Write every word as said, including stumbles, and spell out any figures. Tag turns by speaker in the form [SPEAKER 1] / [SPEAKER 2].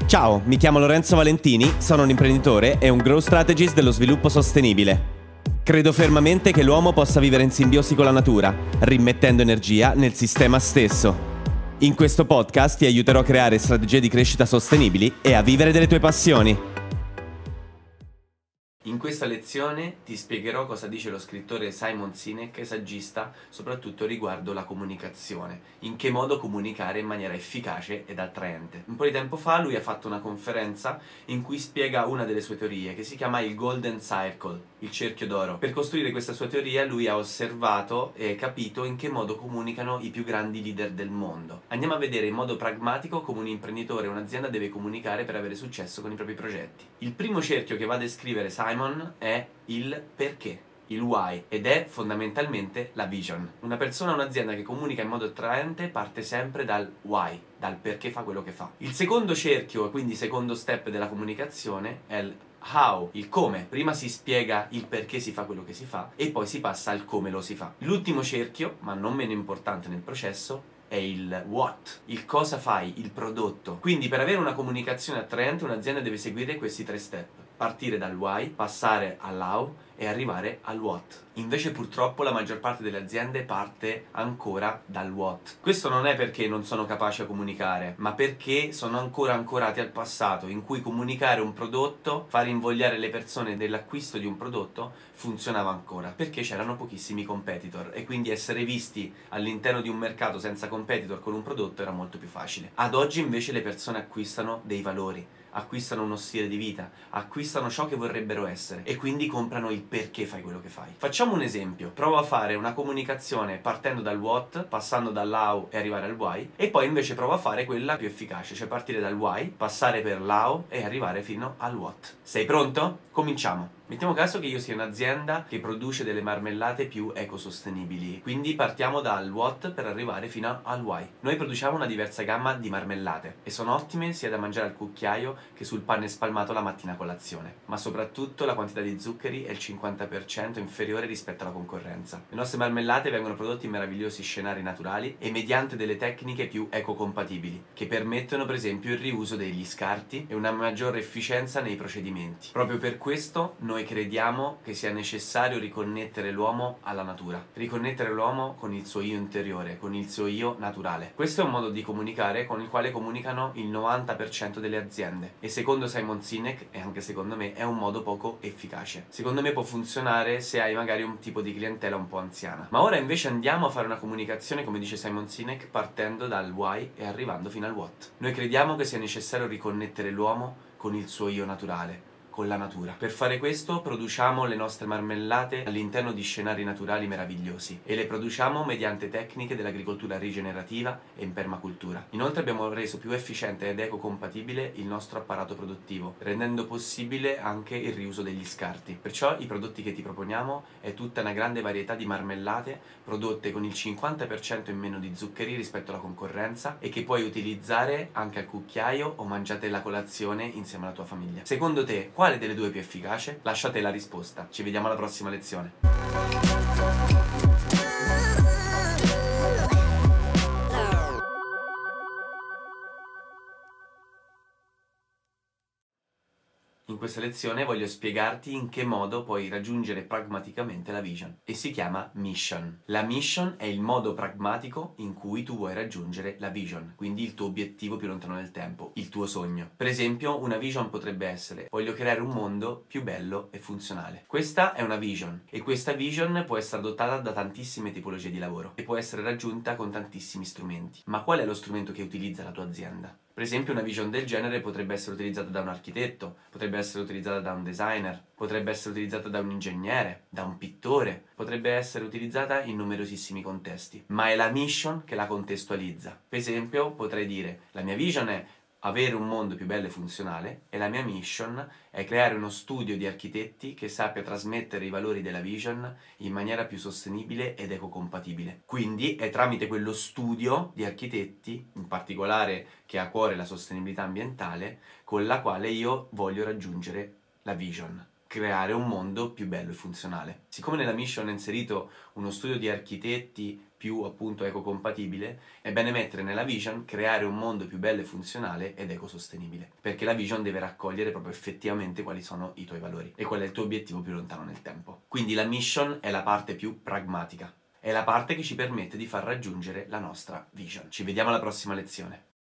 [SPEAKER 1] Ciao, mi chiamo Lorenzo Valentini, sono un imprenditore e un growth strategist dello sviluppo sostenibile. Credo fermamente che l'uomo possa vivere in simbiosi con la natura, rimettendo energia nel sistema stesso. In questo podcast ti aiuterò a creare strategie di crescita sostenibili e a vivere delle tue passioni.
[SPEAKER 2] In questa lezione ti spiegherò cosa dice lo scrittore Simon Sinek, saggista, soprattutto riguardo la comunicazione, in che modo comunicare in maniera efficace ed attraente. Un po' di tempo fa lui ha fatto una conferenza in cui spiega una delle sue teorie, che si chiama il Golden Circle, il cerchio d'oro. Per costruire questa sua teoria lui ha osservato e capito in che modo comunicano i più grandi leader del mondo. Andiamo a vedere in modo pragmatico come un imprenditore o un'azienda deve comunicare per avere successo con i propri progetti. Il primo cerchio che va a descrivere Simon è il perché, il why, ed è fondamentalmente la vision. Una persona o un'azienda che comunica in modo attraente parte sempre dal why, dal perché fa quello che fa. Il secondo cerchio, quindi secondo step della comunicazione, è il how, il come. Prima si spiega il perché si fa quello che si fa e poi si passa al come lo si fa. L'ultimo cerchio, ma non meno importante nel processo, è il what, il cosa fai, il prodotto. Quindi per avere una comunicazione attraente un'azienda deve seguire questi tre step: partire dal why, passare all'how e arrivare al what. Invece purtroppo la maggior parte delle aziende parte ancora dal what. Questo non è perché non sono capaci a comunicare, ma perché sono ancora ancorati al passato, in cui comunicare un prodotto, far invogliare le persone dell'acquisto di un prodotto funzionava ancora, perché c'erano pochissimi competitor e quindi essere visti all'interno di un mercato senza competitor con un prodotto era molto più facile. Ad oggi invece le persone acquistano dei valori, acquistano uno stile di vita, acquistano ciò che vorrebbero essere e quindi comprano il perché fai quello che fai. Facciamo un esempio: provo a fare una comunicazione partendo dal what, passando dall'how e arrivare al why, e poi invece provo a fare quella più efficace, cioè partire dal why, passare per l'how e arrivare fino al what. Sei pronto? Cominciamo! Mettiamo caso che io sia un'azienda che produce delle marmellate più ecosostenibili, quindi partiamo dal what per arrivare fino al why. Noi produciamo una diversa gamma di marmellate e sono ottime sia da mangiare al cucchiaio che sul pane spalmato la mattina a colazione, ma soprattutto la quantità di zuccheri è il cinquanta per cento inferiore rispetto alla concorrenza. Le nostre marmellate vengono prodotte in meravigliosi scenari naturali e mediante delle tecniche più ecocompatibili, che permettono per esempio il riuso degli scarti e una maggiore efficienza nei procedimenti. Proprio per questo noi Noi crediamo che sia necessario riconnettere l'uomo alla natura, riconnettere l'uomo con il suo io interiore, con il suo io naturale. Questo è un modo di comunicare con il quale comunicano il novanta per cento delle aziende e secondo Simon Sinek, e anche secondo me, è un modo poco efficace. Secondo me può funzionare se hai magari un tipo di clientela un po' anziana. Ma ora invece andiamo a fare una comunicazione, come dice Simon Sinek, partendo dal why e arrivando fino al what. Noi crediamo che sia necessario riconnettere l'uomo con il suo io naturale, con la natura. Per fare questo produciamo le nostre marmellate all'interno di scenari naturali meravigliosi e le produciamo mediante tecniche dell'agricoltura rigenerativa e in permacultura. Inoltre abbiamo reso più efficiente ed ecocompatibile il nostro apparato produttivo, rendendo possibile anche il riuso degli scarti. Perciò i prodotti che ti proponiamo è tutta una grande varietà di marmellate prodotte con il cinquanta per cento in meno di zuccheri rispetto alla concorrenza e che puoi utilizzare anche al cucchiaio o mangiate la colazione insieme alla tua famiglia. Secondo te, quale delle due è più efficace? Lasciate la risposta. Ci vediamo alla prossima lezione. In questa lezione voglio spiegarti in che modo puoi raggiungere pragmaticamente la vision, e si chiama mission. La mission è il modo pragmatico in cui tu vuoi raggiungere la vision, quindi il tuo obiettivo più lontano nel tempo, il tuo sogno. Per esempio, una vision potrebbe essere: voglio creare un mondo più bello e funzionale. Questa è una vision e questa vision può essere adottata da tantissime tipologie di lavoro e può essere raggiunta con tantissimi strumenti. Ma qual è lo strumento che utilizza la tua azienda? Per esempio, una vision del genere potrebbe essere utilizzata da un architetto, potrebbe essere utilizzata da un designer, potrebbe essere utilizzata da un ingegnere, da un pittore, potrebbe essere utilizzata in numerosissimi contesti, ma è la mission che la contestualizza. Per esempio, potrei dire: la mia vision è avere un mondo più bello e funzionale e la mia mission è creare uno studio di architetti che sappia trasmettere i valori della vision in maniera più sostenibile ed ecocompatibile. Quindi è tramite quello studio di architetti, in particolare che ha a cuore la sostenibilità ambientale, con la quale io voglio raggiungere la vision. creare un mondo più bello e funzionale. Siccome nella mission è inserito uno studio di architetti più appunto ecocompatibile, è bene mettere nella vision creare un mondo più bello e funzionale ed ecosostenibile, perché la vision deve raccogliere proprio effettivamente quali sono i tuoi valori e qual è il tuo obiettivo più lontano nel tempo. Quindi la mission è la parte più pragmatica, è la parte che ci permette di far raggiungere la nostra vision. Ci vediamo alla prossima lezione.